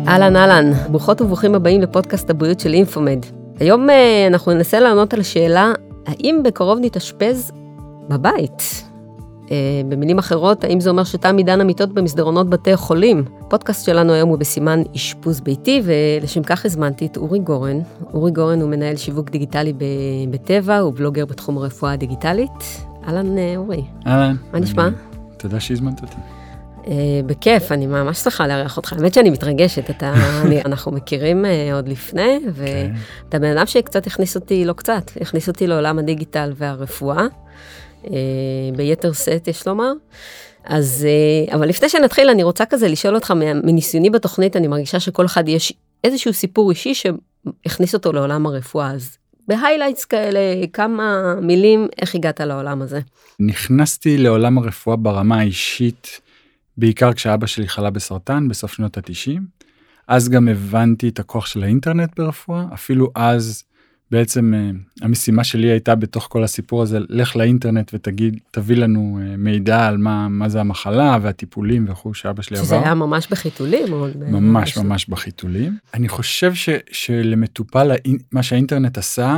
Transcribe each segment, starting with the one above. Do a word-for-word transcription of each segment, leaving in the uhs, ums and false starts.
אהלן אהלן, ברוכות וברוכים הבאים לפודקאסט הבריאות של אינפומד. היום אנחנו ננסה לענות על השאלה, האם בקרוב נתאשפז בבית? במילים אחרות, האם זה אומר שתם עידן המיטות במסדרונות בתי החולים? הפודקאסט שלנו היום הוא בסימן אשפוז ביתי, ולשם כך הזמנתי את אורי גורן. אורי גורן הוא מנהל שיווק דיגיטלי בטבע, הוא בלוגר בתחום הרפואה הדיגיטלית. אהלן אורי. אהלן. מה נשמע? תודה שהזמנת אותי. בכיף, אני ממש שמחה לארח אותך. האמת שאני מתרגשת, אתה, אני, אנחנו מכירים עוד לפני, ואתה בן אדם שקצת הכניס אותי, לא קצת, הכניס אותי לעולם הדיגיטל והרפואה, ביתר סט יש לומר. אז, אבל לפני שנתחיל, אני רוצה כזה לשאול אותך, מניסיוני בתוכנית, אני מרגישה שכל אחד יש איזשהו סיפור אישי שהכניס אותו לעולם הרפואה, אז בהיילייטס כאלה, כמה מילים, איך הגעת לעולם הזה? נכנסתי לעולם הרפואה ברמה האישית, בעיקר כשאבא שלי חלה בסרטן בסוף שנות ה-תשעים, אז גם הבנתי את הכוח של האינטרנט ברפואה, אפילו אז בעצם המשימה שלי הייתה בתוך כל הסיפור הזה, לך לאינטרנט ותגיד, תביא לנו מידע על מה, מה זה המחלה והטיפולים וכו' שאבא שלי עבר. שזה היה ממש בחיתולים? או ממש ממש בחיתולים. אני חושב ש, שלמטופל, מה שהאינטרנט עשה,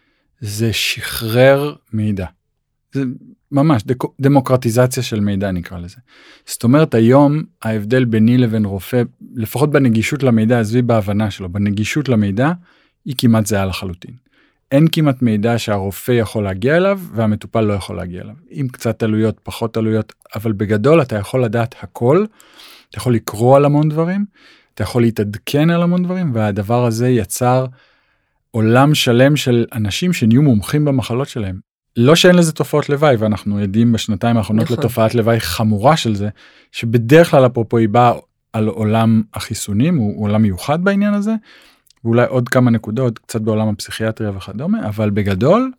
זה שחרר מידע. זה ממש דמוקרטיזציה של מידע נקרא לזה. זאת אומרת היום ההבדל ביני לבין רופא, לפחות בנגישות למידע, עזבי בהבנה שלו, בנגישות למידע היא כמעט זהה לחלוטין. אין כמעט מידע שהרופא יכול להגיע אליו והמטופל לא יכול להגיע אליו. עם קצת עלויות, פחות עלויות, אבל בגדול אתה יכול לדעת הכל, אתה יכול לקרוא על המון דברים, אתה יכול להתעדכן על המון דברים, והדבר הזה יצר עולם שלם של אנשים שנהיו מומחים במחלות שלהם. לא שאין לזה תופעות לוואי, ואנחנו עדים בשנתיים האחרונות נכון. לתופעת לוואי חמורה של זה, שבדרך כלל אפרופו היא באה על עולם החיסונים, הוא עולם מיוחד בעניין הזה, ואולי עוד כמה נקודות, קצת בעולם הפסיכיאטריה וכדומה, אבל בגדול,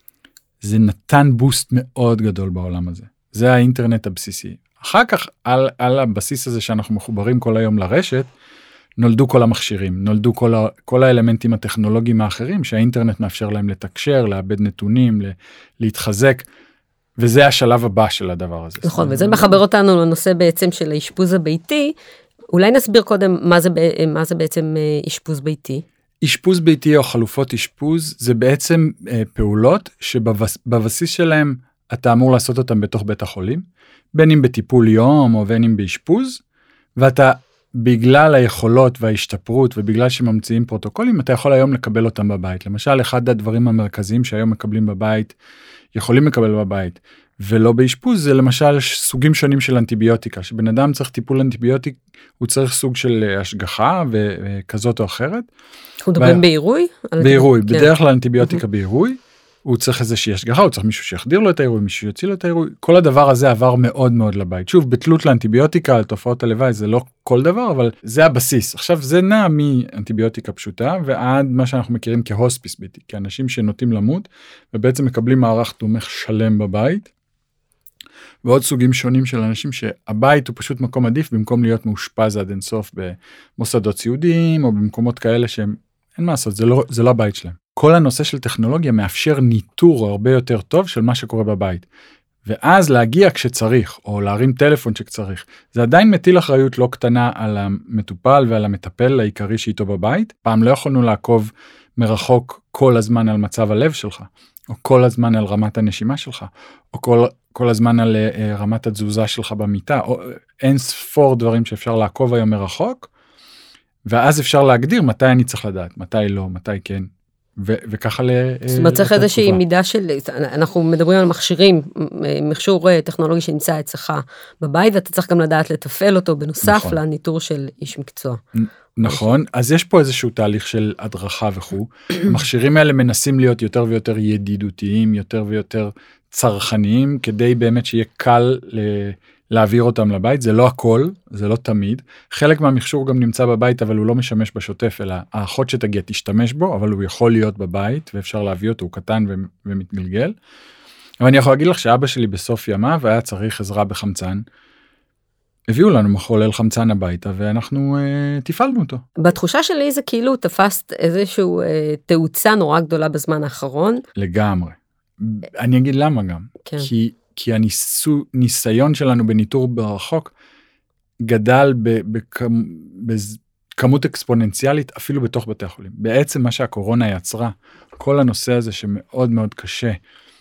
זה נתן בוסט מאוד גדול בעולם הזה. זה האינטרנט הבסיסי. אחר כך, על, על הבסיס הזה שאנחנו מחוברים כל היום לרשת, נולדו כל המכשירים, נולדו כל, ה, כל האלמנטים הטכנולוגיים האחרים, שהאינטרנט מאפשר להם לתקשר, לאבד נתונים, להתחזק, וזה השלב הבא של הדבר הזה. נכון, וזה מחבר אותנו לנושא בעצם של האשפוז הביתי. אולי נסביר קודם מה זה, מה זה בעצם אשפוז ביתי. אשפוז ביתי או חלופות אשפוז, זה בעצם פעולות שבבסיס שלהם אתה אמור לעשות אותם בתוך בית החולים, בין אם בטיפול יום או בין אם באשפוז, ואתה בגלל היכולות וההשתפרות ובגלל שממציאים פרוטוקולים, אתה יכול היום לקבל אותם בבית. למשל, אחד הדברים המרכזיים שהיום מקבלים בבית, יכולים לקבל בבית, ולא באשפוז, זה למשל סוגים שונים של אנטיביוטיקה, שבן אדם צריך טיפול אנטיביוטיק, הוא צריך סוג של השגחה וכזאת או אחרת. אנחנו מדברים בעירוי? בעירוי, בדרך כלל אנטיביוטיקה בעירוי, הוא צריך איזושהי השגחה, הוא צריך מישהו שיחדיר לו את העירוי, מישהו שיוציא לו את העירוי, כל הדבר הזה עבר מאוד מאוד לבית. שוב, בתלות לאנטיביוטיקה, על תופעות הלוואי, זה לא כל דבר, אבל זה הבסיס. עכשיו, זה נע מאנטיביוטיקה פשוטה, ועד מה שאנחנו מכירים כהוספיס ביתי, כאנשים שנוטים למות, ובעצם מקבלים מערך תומך שלם בבית, ועוד סוגים שונים של אנשים שהבית הוא פשוט מקום עדיף, במקום להיות מאושפז עד אינסוף במוסדות סיעודיים, או במקומות כאלה שהם, אין מה לעשות, זה לא, זה לא הבית שלהם. כל הנושא של טכנולוגיה מאפשר ניטור הרבה יותר טוב של מה שקורה בבית. ואז להגיע כשצריך, או להרים טלפון שצריך. זה עדיין מטיל אחריות לא קטנה על המטופל ועל המטפל העיקרי שאיתו בבית. פעם לא יכולנו לעקוב מרחוק כל הזמן על מצב הלב שלך, או כל הזמן על רמת הנשימה שלך, או כל, כל הזמן על uh, רמת התזוזה שלך במיטה, או אין ספור דברים שאפשר לעקוב היום מרחוק, ואז אפשר להגדיר מתי אני צריך לדעת, מתי לא, מתי כן. ו- וככה ל... זאת אומרת, צריך איזושהי מידה של, אנחנו מדברים על מכשירים, מכשור טכנולוגי שנמצא אצלך בבית, ואתה צריך גם לדעת לתפעל אותו בנוסף נכון. לניטור של איש מקצוע. נכון, אז יש פה איזשהו תהליך של הדרכה וכו'. המכשירים האלה מנסים להיות יותר ויותר ידידותיים, יותר ויותר צרכניים, כדי באמת שיהיה קל ל- להעביר אותם לבית. זה לא הכל, זה לא תמיד. חלק מהמכשור גם נמצא בבית, אבל הוא לא משמש בשוטף, אלא האחות שתגיע תשתמש בו, אבל הוא יכול להיות בבית, ואפשר להביא אותו, הוא קטן ו- ומתגלגל. אבל אני יכול להגיד לך שאבא שלי בסוף ימיו, היה צריך עזרה בחמצן, הביאו לנו מחולל חמצן הביתה, ואנחנו אה, תפעלנו אותו. בתחושה שלי זה כאילו תפסת איזשהו אה, תאוצה נורא גדולה בזמן האחרון. לגמרי. אני אגיד למה גם. כן. כי, כי הניסו, ניסיון שלנו בניטור ברחוק, גדל ב, ב, ב, כמות אקספוננציאלית אפילו בתוך בתי החולים. בעצם מה שהקורונה יצרה, כל הנושא הזה שמאוד מאוד קשה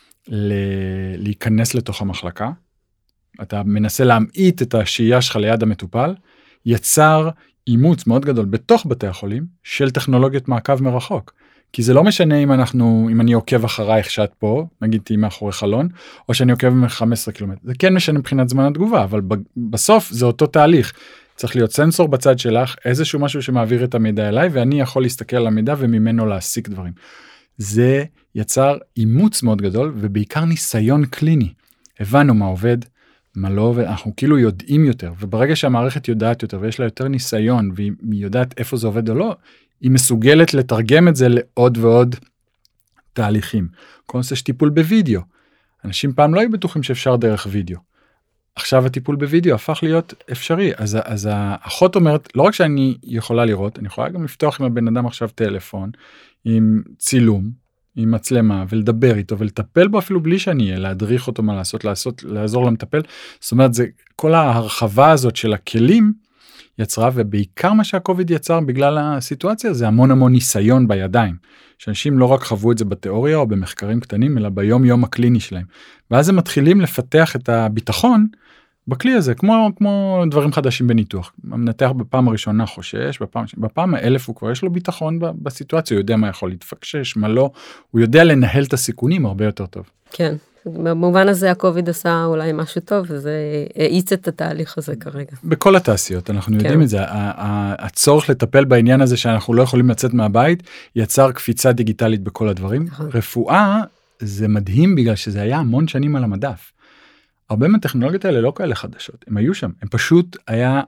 ל- להיכנס לתוך המחלקה, אתה מנסה להמעיט את השהייה שלך ליד המטופל, יצר אימוץ מאוד גדול בתוך בתי החולים של טכנולוגיות מעקב מרחוק. כי זה לא משנה אם אנחנו, אם אני עוקב אחרייך שאת פה, נגיד תהי מאחורי חלון, או שאני עוקב מ-חמישה עשר קילומטר. זה כן משנה מבחינת זמן התגובה, אבל בסוף זה אותו תהליך. צריך להיות סנסור בצד שלך, איזשהו משהו שמעביר את המידע אליי, ואני יכול להסתכל על המידע וממנו להסיק דברים. זה יצר אימוץ מאוד גדול, ובעיקר ניסיון קליני. הבנו מה עובד, מה לא עובד, אנחנו כאילו יודעים יותר, וברגע שהמערכת יודעת יותר, ויש לה יותר ניסיון, והיא יודעת איפה זה עובד או לא, היא מסוגלת לתרגם את זה לעוד ועוד תהליכים. כל נושא שטיפול בווידאו. אנשים פעם לא היו בטוחים שאפשר דרך וידאו. עכשיו הטיפול בווידאו הפך להיות אפשרי. אז, אז האחות אומרת, לא רק שאני יכולה לראות, אני יכולה גם לפתוח עם הבן אדם עכשיו טלפון, עם צילום, עם מצלמה, ולדבר איתו, ולטפל בו אפילו בלי שאני אהיה, להדריך אותו מה לעשות, לעשות, לעזור למטפל. זאת אומרת, זה כל ההרחבה הזאת של הכלים, יצרה, ובעיקר מה שהקוביד יצר בגלל הסיטואציה, זה המון המון ניסיון בידיים, שאנשים לא רק חוו את זה בתיאוריה או במחקרים קטנים, אלא ביום יום הקליני שלהם. ואז הם מתחילים לפתח את הביטחון בכלי הזה, כמו, כמו דברים חדשים בניתוח. המנתח בפעם הראשונה חושש, בפעם, בפעם האלף הוא כבר יש לו ביטחון בסיטואציה, הוא יודע מה יכול להתפקשש, מה לא, הוא יודע לנהל את הסיכונים הרבה יותר טוב. כן. במובן הזה הקוביד עשה אולי משהו טוב, וזה האיץ את התהליך הזה כרגע. בכל התעשיות, אנחנו יודעים כן. את זה, הצורך לטפל בעניין הזה שאנחנו לא יכולים לצאת מהבית, יצר קפיצה דיגיטלית בכל הדברים. נכון. רפואה זה מדהים בגלל שזה היה המון שנים על המדף. הרבה מהטכנולוגיות האלה לא כאלה חדשות, הם היו שם, הם פשוט היה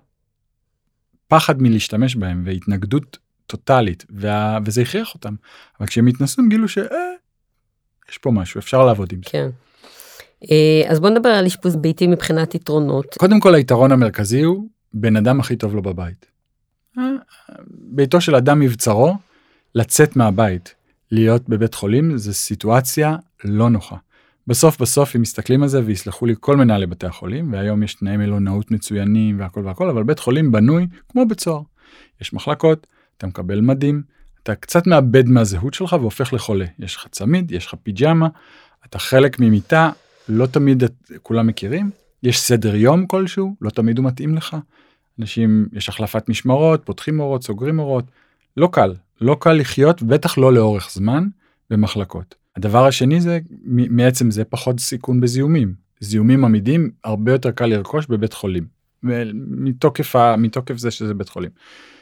פחד מלהשתמש בהם, והתנגדות טוטלית, וה... וזה הכריח אותם. אבל כשהם התנסו, הם גילו ש... יש פה משהו, אפשר לעבוד עם זה. כן. אז בוא נדבר על אשפוז ביתי מבחינת יתרונות. קודם כל, היתרון המרכזי הוא, בן אדם הכי טוב לו בבית. ביתו של אדם מבצרו, לצאת מהבית, להיות בבית חולים, זו סיטואציה לא נוחה. בסוף בסוף, אם מסתכלים על זה, ויסלחו לי כל מנהלי בתי החולים, והיום יש תנאי מלונאות מצוינים, והכל והכל, אבל בית חולים בנוי כמו בית סוהר. יש מחלקות, אתה מקבל מדים, אתה קצת מאבד מהזהות שלך והופך לחולה. יש לך צמיד, יש לך פיג'מה, אתה חלק ממיטה, לא תמיד את, כולם מכירים. יש סדר יום כלשהו, לא תמיד הוא מתאים לך. אנשים, יש החלפת משמרות, פותחים אורות, סוגרים אורות. לא קל, לא קל לחיות, בטח לא לאורך זמן במחלקות. הדבר השני זה, מעצם זה פחות סיכון בזיהומים. זיהומים עמידים, הרבה יותר קל לרכוש בבית חולים. מתוקף, מתוקף זה שזה בית חולים.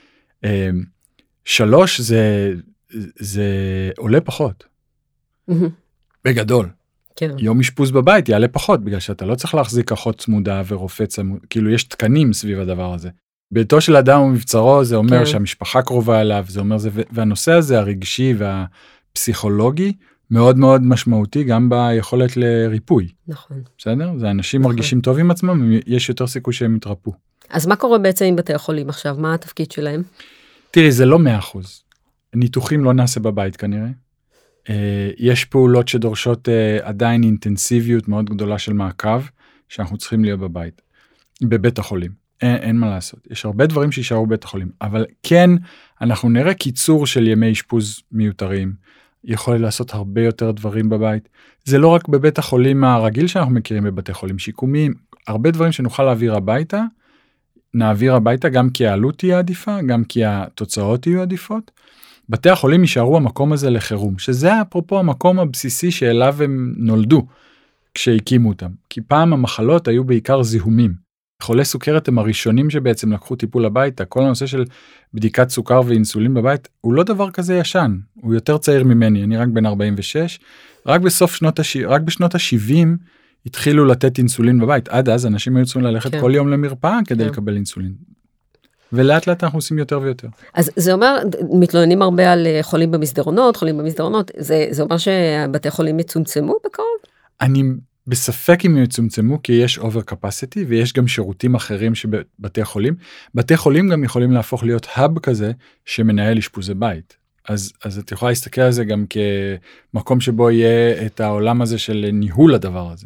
שלוש, זה, זה עולה פחות. בגדול. כן. יום אשפוז בבית יעלה פחות, בגלל שאתה לא צריך להחזיק אחות צמודה ורופא צמוד, כאילו יש תקנים סביב הדבר הזה. ביתו של אדם ומבצרו, זה אומר כן. שהמשפחה קרובה אליו, זה אומר זה, והנושא הזה הרגשי והפסיכולוגי, מאוד מאוד משמעותי, גם ביכולת לריפוי. נכון. בסדר? זה אנשים נכון. מרגישים טוב עם עצמם, יש יותר סיכוי שהם יתרפו. אז מה קורה בעצם עם בתי החולים עכשיו? מה התפקיד שלהם? תראי, זה לא מאה אחוז. ניתוחים לא נעשה בבית כנראה. יש פעולות שדורשות עדיין אינטנסיביות מאוד גדולה של מעקב, שאנחנו צריכים להיות בבית, בבית החולים. אין, אין מה לעשות. יש הרבה דברים שישארו בבית החולים, אבל כן, אנחנו נראה קיצור של ימי אשפוז מיותרים, יכול לעשות הרבה יותר דברים בבית. זה לא רק בבית החולים הרגיל שאנחנו מכירים בבתי חולים שיקומיים, הרבה דברים שנוכל להעביר הביתה, נעביר הביתה גם כי העלות תהיה עדיפה, גם כי התוצאות יהיו עדיפות. בתי החולים יישארו המקום הזה לחירום, שזה אפרופו המקום הבסיסי שאליו הם נולדו כשהקימו אותם. כי פעם המחלות היו בעיקר זיהומים. חולי סוכרת הם הראשונים שבעצם לקחו טיפול הביתה. כל הנושא של בדיקת סוכר ואינסולין בבית הוא לא דבר כזה ישן. הוא יותר צעיר ממני, אני רק בן ארבעים ושש. רק בסוף שנות הש... רק בשנות ה-שבעים התחילו לתת אינסולין בבית. עד אז אנשים היו צריכים ללכת כן. כל יום למרפאה כדי כן. לקבל אינסולין. ולאט לאט אנחנו עושים יותר ויותר. אז זה אומר, מתלוננים הרבה על חולים במסדרונות, חולים במסדרונות, זה, זה אומר שבתי חולים מצומצמו בקרוב? אני בספק אם יצומצמו, כי יש over capacity, ויש גם שירותים אחרים שבתי חולים. בתי חולים גם יכולים להפוך להיות hub כזה, שמנהל אשפוזי בית. אז, אז את יכולה להסתכל על זה גם כמקום שבו יהיה את העולם הזה של ניהול הדבר הזה.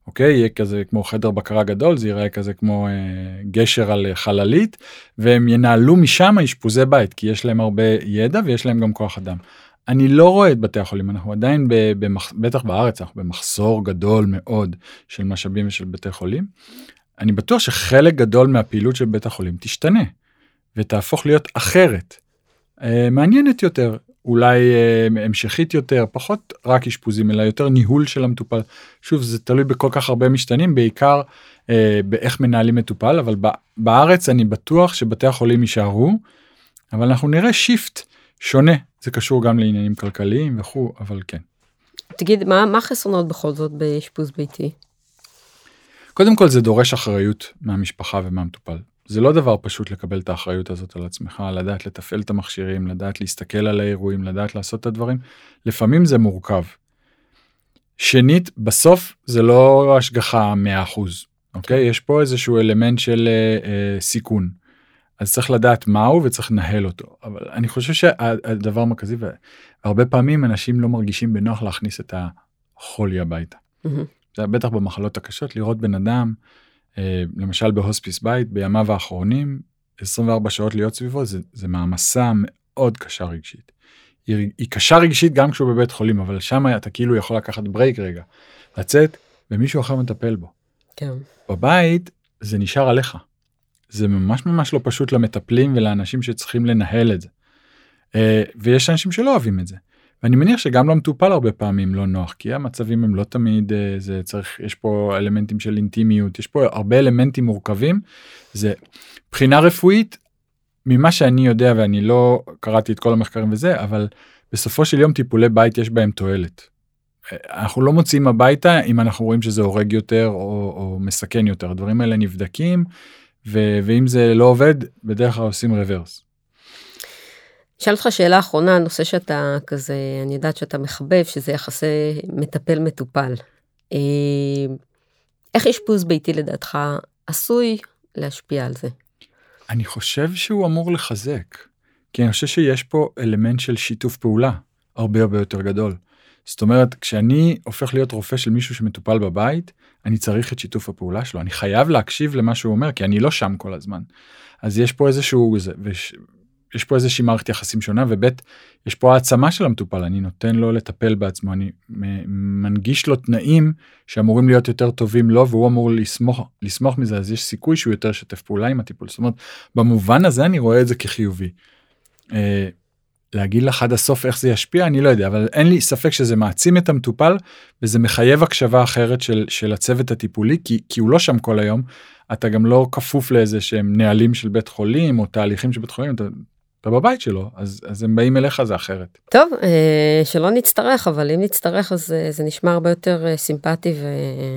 אוקיי? יהיה כזה כמו חדר בקרה גדול, זה יראה כזה כמו אה, גשר על חללית, והם ינהלו משם אשפוזי בית, כי יש להם הרבה ידע ויש להם גם כוח אדם. אני לא רואה את בתי החולים, אנחנו עדיין, במח... בטח בארץ, אנחנו במחסור גדול מאוד של משאבים ושל בתי חולים. אני בטוח שחלק גדול מהפעילות של בית החולים תשתנה, ותהפוך להיות אחרת, אה, מעניינת יותר, אולי אה, המשכית יותר, פחות רק אשפוזים, אלא יותר ניהול של המטופל. שוב, זה תלוי בכל כך הרבה משתנים, בעיקר אה, באיך מנהלים מטופל, אבל בארץ אני בטוח שבתי החולים יישארו, אבל אנחנו נראה שיפט שונה. זה קשור גם לעניינים כלכליים וכו', אבל כן. תגיד, מה, מה חסרונות בכל זאת באשפוז ביתי? קודם כל זה דורש אחריות מהמשפחה ומהמטופל. זה לא דבר פשוט לקבל את האחריות הזאת על עצמך, לדעת לתפעל את המכשירים, לדעת להסתכל על האירועים, לדעת לעשות את הדברים. לפעמים זה מורכב. שנית, בסוף זה לא השגחה מאה אחוז, אוקיי? יש פה איזשהו אלמנט של אה, אה, סיכון. אז צריך לדעת מהו וצריך לנהל אותו. אבל אני חושב שהדבר המרכזי, והרבה פעמים אנשים לא מרגישים בנוח להכניס את החולי הביתה. Mm-hmm. זה בטח במחלות הקשות, לראות בן אדם, למשל בהוספיס בית, בימיו האחרונים, עשרים וארבע שעות להיות סביבו, זה, זה מעמסה מאוד קשה רגשית. היא, היא קשה רגשית גם כשהוא בבית חולים, אבל שם אתה כאילו יכול לקחת ברייק רגע, לצאת, ומישהו אחר מטפל בו. כן. בבית, זה נשאר עליך. זה ממש ממש לא פשוט למטפלים ולאנשים שצריכים לנהל את זה. ויש אנשים שלא אוהבים את זה. ואני מניח שגם למטופל הרבה פעמים לא נוח, כי המצבים הם לא תמיד, זה צריך, יש פה אלמנטים של אינטימיות, יש פה הרבה אלמנטים מורכבים, זה בחינה רפואית, ממה שאני יודע, ואני לא קראתי את כל המחקרים וזה, אבל בסופו של יום טיפולי בית יש בהם תועלת. אנחנו לא מוצאים הביתה אם אנחנו רואים שזה הורג יותר או, או מסכן יותר, הדברים האלה נבדקים, ו- ואם זה לא עובד, בדרך כלל עושים רוורס. שאל אותך שאלה אחרונה, נושא שאתה כזה, אני יודעת שאתה מחבב, שזה יחסי מטפל מטופל. איך אשפוז ביתי לדעתך עשוי להשפיע על זה? אני חושב שהוא אמור לחזק, כי אני חושב שיש פה אלמנט של שיתוף פעולה, הרבה הרבה יותר גדול. זאת אומרת, כשאני הופך להיות רופא של מישהו שמטופל בבית, אני צריך את שיתוף הפעולה שלו, אני חייב להקשיב למה שהוא אומר, כי אני לא שם כל הזמן. אז יש פה איזשהו, וש... יש פה איזושהי מערכת יחסים שונה, ובית, יש פה העצמה של המטופל, אני נותן לו לטפל בעצמו, אני מנגיש לו תנאים שאמורים להיות יותר טובים לו, והוא אמור לסמוך, לסמוך מזה, אז יש סיכוי שהוא יותר שתף פעולה עם הטיפול. זאת אומרת, במובן הזה אני רואה את זה כחיובי. אה, להגיד לך עד הסוף איך זה ישפיע, אני לא יודע, אבל אין לי ספק שזה מעצים את המטופל, וזה מחייב הקשבה אחרת של, של הצוות הטיפולי, כי, כי הוא לא שם כל היום, אתה גם לא כפוף לאיזה שהם נהלים של בית חולים, או תהליכים של בית חולים, אתה, אתה בבית שלו, אז, אז הם באים אליך, זה אחרת. טוב, שלא נצטרך, אבל אם נצטרך, אז זה נשמע הרבה יותר סימפטי ו...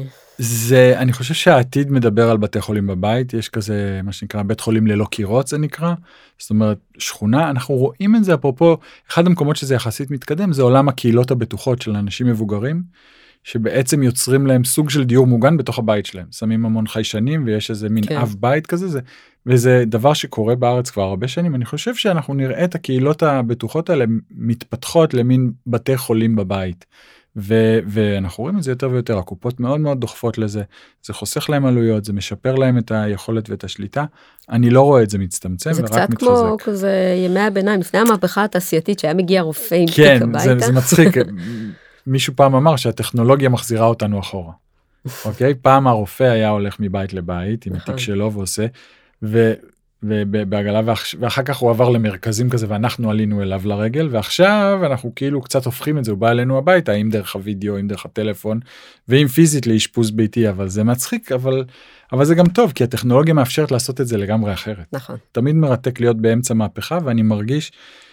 זה, אני חושב שהעתיד מדבר על בתי חולים בבית, יש כזה, מה שנקרא, בית חולים ללא קירות, זה נקרא, זאת אומרת, שכונה, אנחנו רואים את זה, אפרופו, אחד המקומות שזה יחסית מתקדם, זה עולם הקהילות הבטוחות של אנשים מבוגרים, שבעצם יוצרים להם סוג של דיור מוגן בתוך הבית שלהם, שמים המון חיישנים, ויש איזה מין כן. אב בית כזה, זה, וזה דבר שקורה בארץ כבר הרבה שנים, אני חושב שאנחנו נראה את הקהילות הבטוחות האלה, מתפתחות למין בתי חולים בבית, ו- ואנחנו רואים את זה יותר ויותר, הקופות מאוד מאוד דוחפות לזה, זה חוסך להם עלויות, זה משפר להם את היכולת ואת השליטה, אני לא רואה את זה מצטמצם ורק מתחזק. זה קצת כמו כזה ימי הביניים, לפני המהפכה התעשייתית שהיה מגיע רופא עם כן, תיק הביתה. כן, זה, זה מצחיק, מישהו פעם אמר שהטכנולוגיה מחזירה אותנו אחורה, אוקיי? פעם הרופא היה הולך מבית לבית עם התיק שלו ועושה, ו... ובעגלה, ואחר כך הוא עבר למרכזים כזה, ואנחנו עלינו אליו לרגל, ועכשיו אנחנו כאילו קצת הופכים את זה, הוא בא אלינו הביתה, אם דרך הוידאו, אם דרך הטלפון, ואם פיזית לאשפוז ביתי, אבל זה מצחיק, אבל, אבל זה גם טוב, כי הטכנולוגיה מאפשרת לעשות את זה לגמרי אחרת. נכון. תמיד מרתק להיות באמצע מהפכה, ואני מרגיש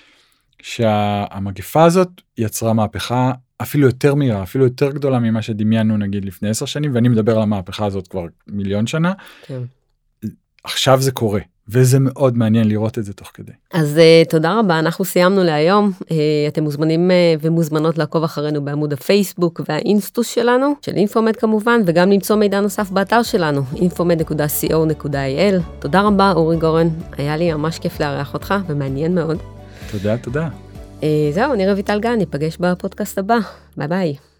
שהמגפה הזאת יצרה מהפכה אפילו יותר מהירה, אפילו יותר גדולה ממה שדמיינו נגיד לפני עשר שנים, ואני מדבר על המהפכה הזאת כבר מיליון שנה. כן. עכשיו זה קורה. וזה מאוד מעניין לראות את זה תוך כדי. אז uh, תודה רבה, אנחנו סיימנו להיום, uh, אתם מוזמנים uh, ומוזמנות לעקוב אחרינו בעמוד הפייסבוק והאינסטוס שלנו, של אינפומד כמובן, וגם למצוא מידע נוסף באתר שלנו, אינפומד נקודה סי או נקודה איי אל. תודה רבה אורי גורן, היה לי ממש כיף לארח אותך, ומעניין מאוד. תודה, תודה. Uh, זהו, אני רויטל גן, ניפגש בפודקאסט הבא, ביי ביי.